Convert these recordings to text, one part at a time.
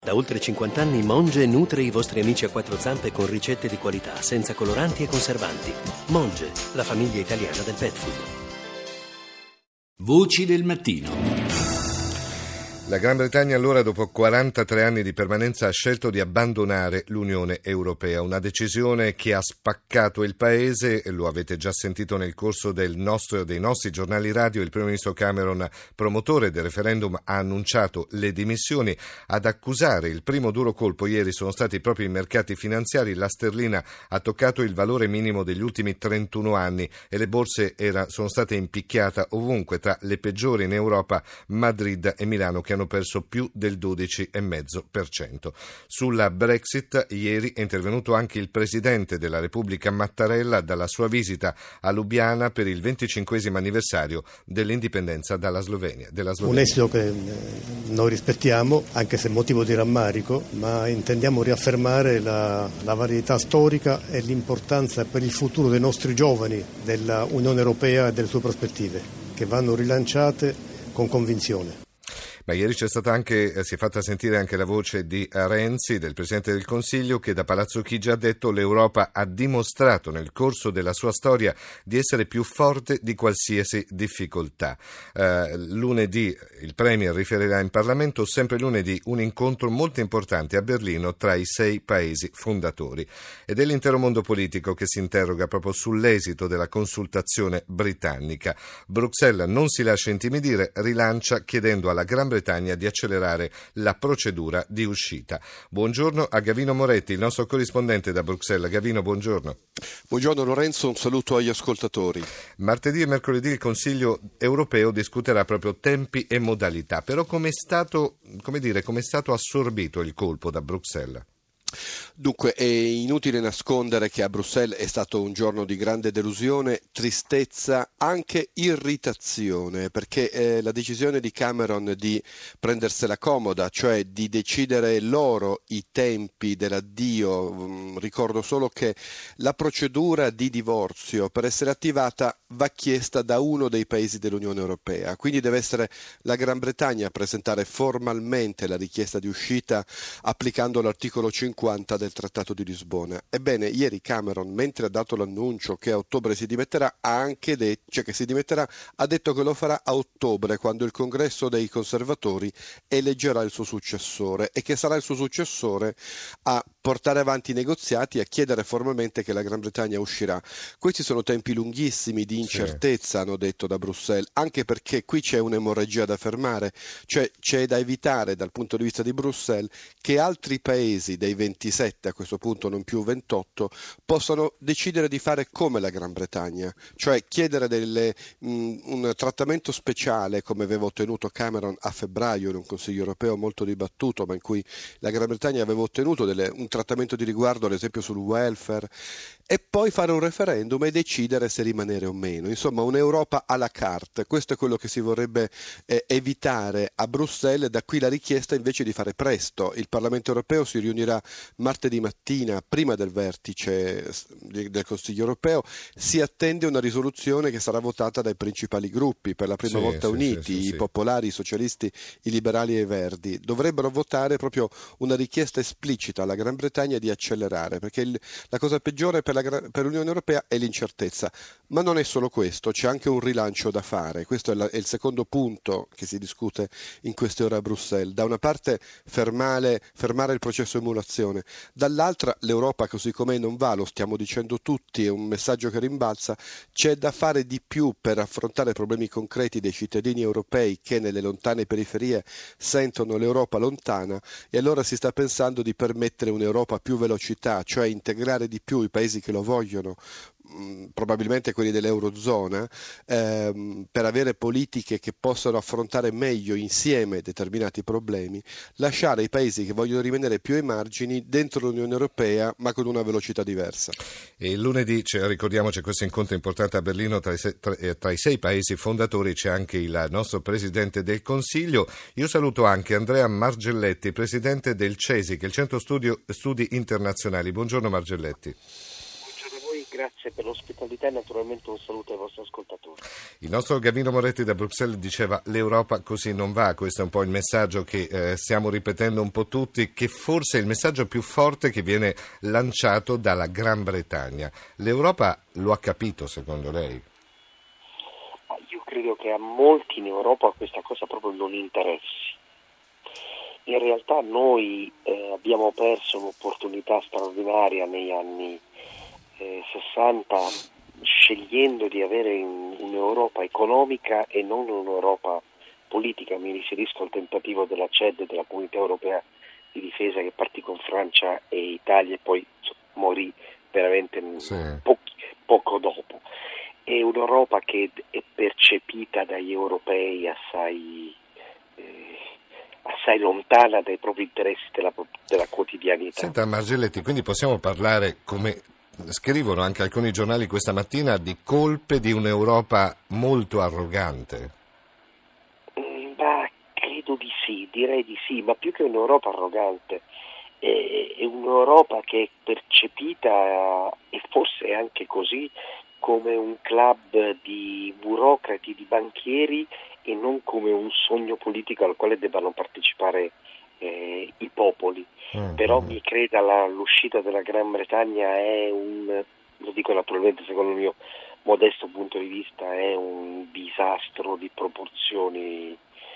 Da oltre 50 anni Monge nutre i vostri amici a quattro zampe con ricette di qualità, senza coloranti e conservanti. Monge, la famiglia italiana del pet food. Voci del mattino. La Gran Bretagna allora, dopo 43 anni di permanenza, ha scelto di abbandonare l'Unione Europea, una decisione che ha spaccato il paese, e lo avete già sentito nel corso dei nostri giornali radio. Il primo ministro Cameron, promotore del referendum, ha annunciato le dimissioni. Ad accusare il primo duro colpo ieri sono stati proprio i mercati finanziari. La sterlina ha toccato il valore minimo degli ultimi 31 anni e le borse sono state impicchiate ovunque, tra le peggiori in Europa, Madrid e Milano, che hanno perso più del 12,5%. Sulla Brexit ieri è intervenuto anche il presidente della Repubblica Mattarella dalla sua visita a Lubiana per il 25° anniversario dell'indipendenza della Slovenia. Un esito che noi rispettiamo, anche se motivo di rammarico, ma intendiamo riaffermare la varietà storica e l'importanza per il futuro dei nostri giovani della Unione Europea e delle sue prospettive, che vanno rilanciate con convinzione. Ma ieri si è fatta sentire anche la voce di Renzi, del Presidente del Consiglio, che da Palazzo Chigi ha detto: l'Europa ha dimostrato nel corso della sua storia di essere più forte di qualsiasi difficoltà. Lunedì il Premier riferirà in Parlamento, sempre lunedì un incontro molto importante a Berlino tra i 6 paesi fondatori. Ed è l'intero mondo politico che si interroga proprio sull'esito della consultazione britannica. Bruxelles non si lascia intimidire, rilancia chiedendo alla Gran Bretagna di accelerare la procedura di uscita. Buongiorno a Gavino Moretti, il nostro corrispondente da Bruxelles. Gavino, buongiorno. Buongiorno Lorenzo, un saluto agli ascoltatori. Martedì e mercoledì il Consiglio europeo discuterà proprio tempi e modalità, però come è stato assorbito il colpo da Bruxelles? Dunque, è inutile nascondere che a Bruxelles è stato un giorno di grande delusione, tristezza, anche irritazione, perché la decisione di Cameron di prendersela comoda, cioè di decidere loro i tempi dell'addio. Ricordo solo che la procedura di divorzio, per essere attivata, va chiesta da uno dei paesi dell'Unione Europea, quindi deve essere la Gran Bretagna a presentare formalmente la richiesta di uscita applicando l'articolo 50 del Trattato di Lisbona. Ebbene, ieri Cameron, mentre ha dato l'annuncio che a ottobre si dimetterà, ha detto che lo farà a ottobre, quando il congresso dei conservatori eleggerà il suo successore, e che sarà il suo successore a portare avanti i negoziati e a chiedere formalmente che la Gran Bretagna uscirà. Questi sono tempi lunghissimi di incertezza, hanno detto da Bruxelles, anche perché qui c'è un'emorragia da fermare, cioè c'è da evitare dal punto di vista di Bruxelles che altri paesi dei 27, a questo punto non più 28, possano decidere di fare come la Gran Bretagna, cioè chiedere un trattamento speciale, come aveva ottenuto Cameron a febbraio in un Consiglio europeo molto dibattuto, ma in cui la Gran Bretagna aveva ottenuto un trattamento di riguardo, ad esempio sul welfare, e poi fare un referendum e decidere se rimanere o meno. Insomma, un'Europa à la carte. Questo è quello che si vorrebbe evitare a Bruxelles. Da qui la richiesta invece di fare presto. Il Parlamento europeo si riunirà martedì mattina, prima del vertice del Consiglio europeo. Si attende una risoluzione che sarà votata dai principali gruppi, per la prima volta uniti, i popolari, i socialisti, i liberali e i verdi. Dovrebbero votare proprio una richiesta esplicita alla Gran Bretagna di accelerare, perché la cosa peggiore per l'Unione Europea è l'incertezza. Ma non è solo questo, c'è anche un rilancio da fare. Questo è il secondo punto che si discute in queste ore a Bruxelles. Da una parte fermare il processo emulazione, dall'altra l'Europa così com'è non va, lo stiamo dicendo tutti, è un messaggio che rimbalza. C'è da fare di più per affrontare problemi concreti dei cittadini europei che nelle lontane periferie sentono l'Europa lontana, e allora si sta pensando di permettere un'Europa a più velocità, cioè integrare di più i paesi che lo vogliono, probabilmente quelli dell'Eurozona, per avere politiche che possano affrontare meglio insieme determinati problemi, lasciare i paesi che vogliono rimanere più ai margini dentro l'Unione Europea, ma con una velocità diversa. E lunedì, ricordiamo, c'è questo incontro importante a Berlino tra i 6 paesi fondatori. C'è anche il nostro Presidente del Consiglio. Io saluto anche Andrea Margelletti, Presidente del CESI, che è il Centro Studi Internazionali. Buongiorno Margelletti. Buongiorno a voi, grazie per l'ospitalità e naturalmente un saluto ai vostri ascoltatori. Il nostro Gavino Moretti da Bruxelles diceva: l'Europa così non va. Questo è un po' il messaggio che stiamo ripetendo un po' tutti, che forse è il messaggio più forte che viene lanciato dalla Gran Bretagna. L'Europa lo ha capito, secondo lei? Io credo che a molti in Europa questa cosa proprio non interessi. In realtà noi abbiamo perso un'opportunità straordinaria negli anni 60 scegliendo di avere un'Europa economica e non un'Europa politica. Mi riferisco al tentativo della CED, della Comunità Europea di Difesa, che partì con Francia e Italia e poi morì veramente poco dopo. È un'Europa che è percepita dagli europei assai lontana dai propri interessi della quotidianità. Senta Margelletti, quindi possiamo parlare, come scrivono anche alcuni giornali questa mattina, di colpe di un'Europa molto arrogante? Ma credo di sì, direi di sì, ma più che un'Europa arrogante è un'Europa che è percepita, e forse è anche così, come un club di burocrati, di banchieri, e non come un sogno politico al quale debbano partecipare i popoli. Però mi creda, l'uscita della Gran Bretagna è lo dico naturalmente secondo il mio modesto punto di vista, è un disastro di proporzioni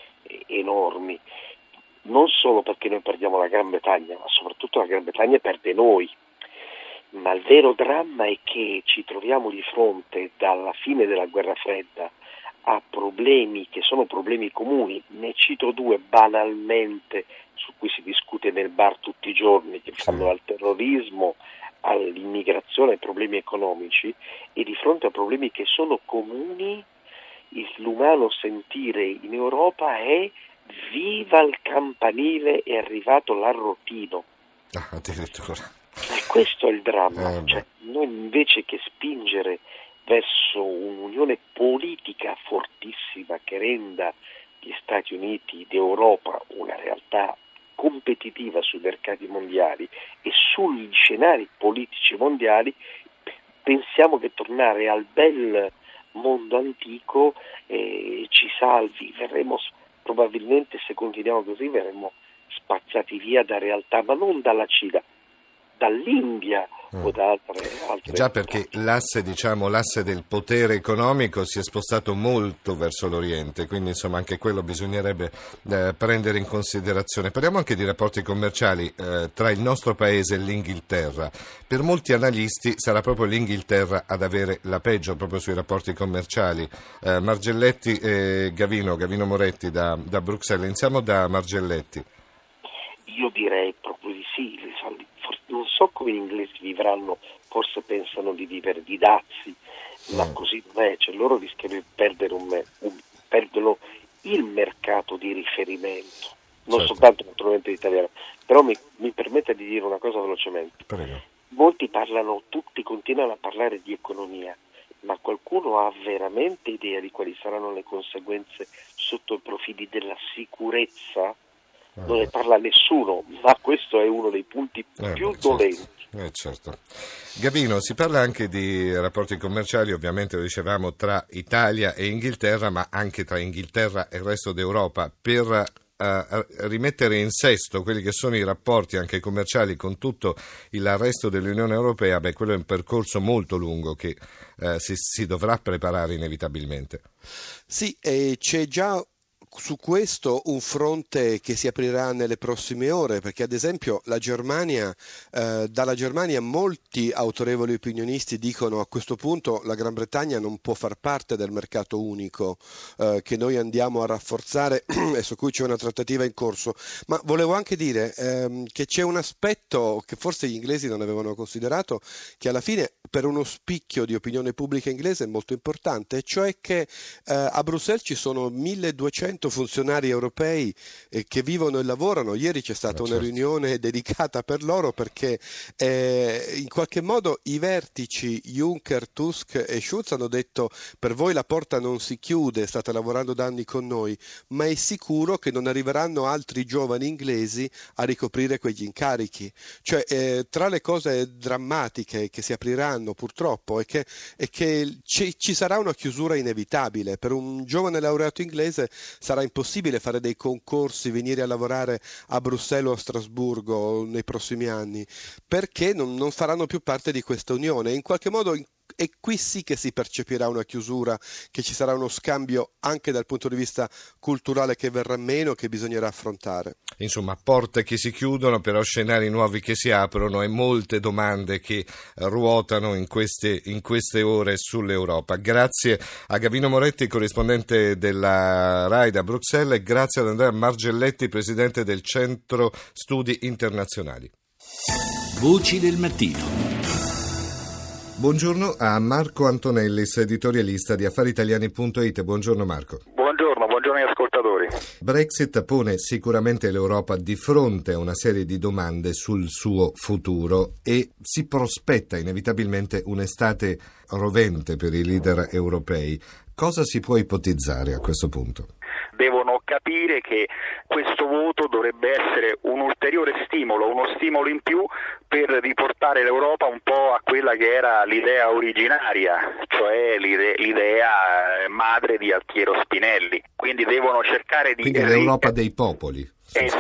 enormi. Non solo perché noi perdiamo la Gran Bretagna, ma soprattutto la Gran Bretagna perde noi. Ma il vero dramma è che ci troviamo di fronte, dalla fine della guerra fredda, a problemi che sono problemi comuni. Ne cito due banalmente, su cui si discute nel bar tutti i giorni, che fanno dal terrorismo all'immigrazione ai problemi economici, e di fronte a problemi che sono comuni l'umano sentire in Europa è: viva il campanile, è arrivato l'arrotino. Addirittura. E questo è il dramma. Cioè, noi invece che spingere verso un'unione politica fortissima che renda gli Stati Uniti d'Europa una realtà competitiva sui mercati mondiali e sugli scenari politici mondiali, pensiamo che tornare al bel mondo antico ci salvi. Probabilmente, se continuiamo così, verremo spazzati via da realtà, ma non dalla Cina, dall'India o da altre. Già, perché l'asse del potere economico si è spostato molto verso l'Oriente, quindi insomma anche quello bisognerebbe prendere in considerazione. Parliamo anche di rapporti commerciali tra il nostro paese e l'Inghilterra. Per molti analisti sarà proprio l'Inghilterra ad avere la peggio proprio sui rapporti commerciali. Margelletti e Gavino Moretti da Bruxelles. Iniziamo da Margelletti. Io direi proprio di sì. Non so come gli inglesi vivranno, forse pensano di vivere di dazi, ma così non è. Cioè, loro rischiano di perdono il mercato di riferimento, non soltanto naturalmente l'italiano. Però mi permetta di dire una cosa velocemente. Prego. Molti continuano a parlare di economia, ma qualcuno ha veramente idea di quali saranno le conseguenze sotto i profili della sicurezza? Non ne parla nessuno, ma questo è uno dei punti più dolenti. Certo. Gavino, si parla anche di rapporti commerciali, ovviamente lo dicevamo, tra Italia e Inghilterra, ma anche tra Inghilterra e il resto d'Europa, per rimettere in sesto quelli che sono i rapporti anche commerciali con tutto il resto dell'Unione Europea. Quello è un percorso molto lungo che si dovrà preparare inevitabilmente. Sì, c'è già su questo un fronte che si aprirà nelle prossime ore, perché ad esempio dalla Germania molti autorevoli opinionisti dicono: a questo punto la Gran Bretagna non può far parte del mercato unico che noi andiamo a rafforzare e su cui c'è una trattativa in corso. Ma volevo anche dire che c'è un aspetto che forse gli inglesi non avevano considerato, che alla fine per uno spicchio di opinione pubblica inglese è molto importante, cioè che a Bruxelles ci sono 1200 funzionari europei che vivono e lavorano. Ieri c'è stata una riunione dedicata per loro, perché in qualche modo i vertici Juncker, Tusk e Schulz hanno detto: per voi la porta non si chiude, state lavorando da anni con noi, ma è sicuro che non arriveranno altri giovani inglesi a ricoprire quegli incarichi. Cioè tra le cose drammatiche che si apriranno quest'anno purtroppo è che ci sarà una chiusura inevitabile. Per un giovane laureato inglese sarà impossibile fare dei concorsi, venire a lavorare a Bruxelles o a Strasburgo nei prossimi anni, perché non faranno più parte di questa unione. In qualche modo è qui sì che si percepirà una chiusura, che ci sarà uno scambio anche dal punto di vista culturale che verrà meno, che bisognerà affrontare. Insomma, porte che si chiudono, però scenari nuovi che si aprono e molte domande che ruotano in queste ore sull'Europa. Grazie a Gavino Moretti, corrispondente della RAI da Bruxelles, e grazie ad Andrea Margelletti, presidente del Centro Studi Internazionali. Voci del mattino. Buongiorno a Marco Antonellis, editorialista di affaritaliani.it. Buongiorno Marco. Buongiorno agli ascoltatori. Brexit pone sicuramente l'Europa di fronte a una serie di domande sul suo futuro e si prospetta inevitabilmente un'estate rovente per i leader europei. Cosa si può ipotizzare a questo punto? Devono capire che questo voto dovrebbe essere un ulteriore stimolo, uno stimolo in più per riportare l'Europa un po' a quella che era l'idea originaria, cioè l'idea madre di Altiero Spinelli. Quindi devono cercare di... Quindi l'Europa dei popoli.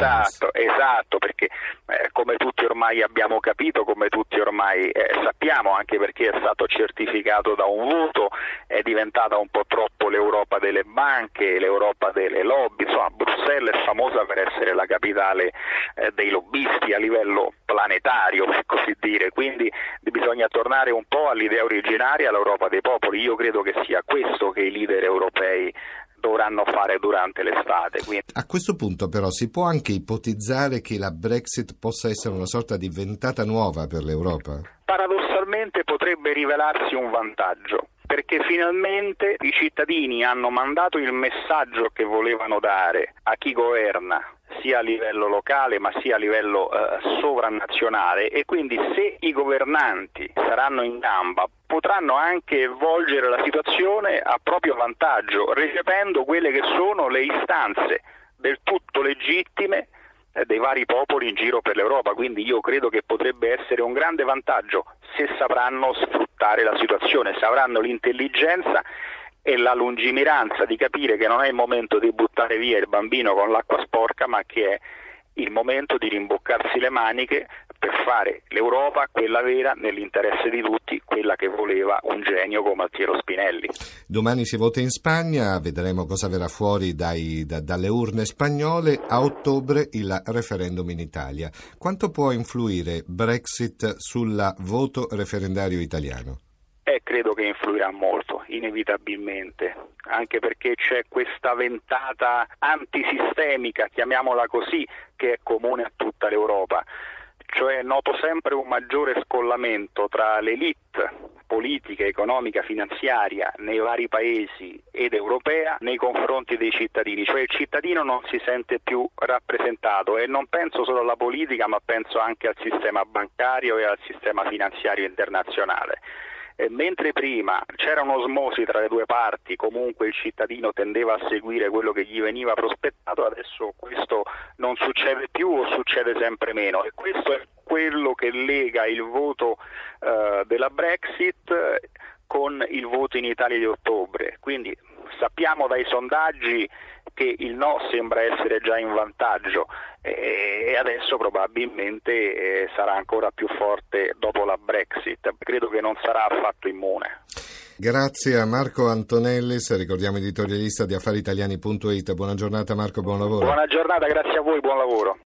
Esatto, perché come tutti ormai abbiamo capito, come tutti ormai sappiamo, anche perché è stato certificato da un voto, è diventata un po' troppo l'Europa delle banche, l'Europa delle lobby. Insomma, Bruxelles è famosa per essere la capitale dei lobbisti a livello planetario, per così dire, quindi bisogna tornare un po' all'idea originaria, all'Europa dei popoli. Io credo che sia questo che i leader europei dovranno fare durante l'estate. Quindi... A questo punto però si può anche ipotizzare che la Brexit possa essere una sorta di ventata nuova per l'Europa? Paradossalmente potrebbe rivelarsi un vantaggio, perché finalmente i cittadini hanno mandato il messaggio che volevano dare a chi governa, sia a livello locale ma sia a livello sovranazionale, e quindi se i governanti saranno in gamba potranno anche volgere la situazione a proprio vantaggio, recependo quelle che sono le istanze del tutto legittime dei vari popoli in giro per l'Europa. Quindi io credo che potrebbe essere un grande vantaggio se sapranno sfruttare la situazione, se avranno l'intelligenza e la lungimiranza di capire che non è il momento di buttare via il bambino con l'acqua sporca, ma che è il momento di rimboccarsi le maniche per fare l'Europa quella vera, nell'interesse di tutti, quella che voleva un genio come Altiero Spinelli. Domani si vota in Spagna, vedremo cosa verrà fuori dalle urne spagnole. A ottobre il referendum in Italia. Quanto può influire Brexit sul voto referendario italiano? Credo che influirà molto, inevitabilmente, anche perché c'è questa ventata antisistemica, chiamiamola così, che è comune a tutta l'Europa. Cioè noto sempre un maggiore scollamento tra l'élite politica, economica, finanziaria nei vari paesi ed europea nei confronti dei cittadini, cioè il cittadino non si sente più rappresentato, e non penso solo alla politica ma penso anche al sistema bancario e al sistema finanziario internazionale. Mentre prima c'era un'osmosi tra le due parti, comunque il cittadino tendeva a seguire quello che gli veniva prospettato, adesso questo non succede più o succede sempre meno, e questo è quello che lega il voto della Brexit con il voto in Italia di ottobre. Quindi sappiamo dai sondaggi che il no sembra essere già in vantaggio e adesso probabilmente sarà ancora più forte dopo la Brexit. Credo che non sarà affatto immune. Grazie a Marco Antonellis, ricordiamo editorialista di affaritaliani.it. Buona giornata Marco, buon lavoro. Buona giornata, grazie a voi, buon lavoro.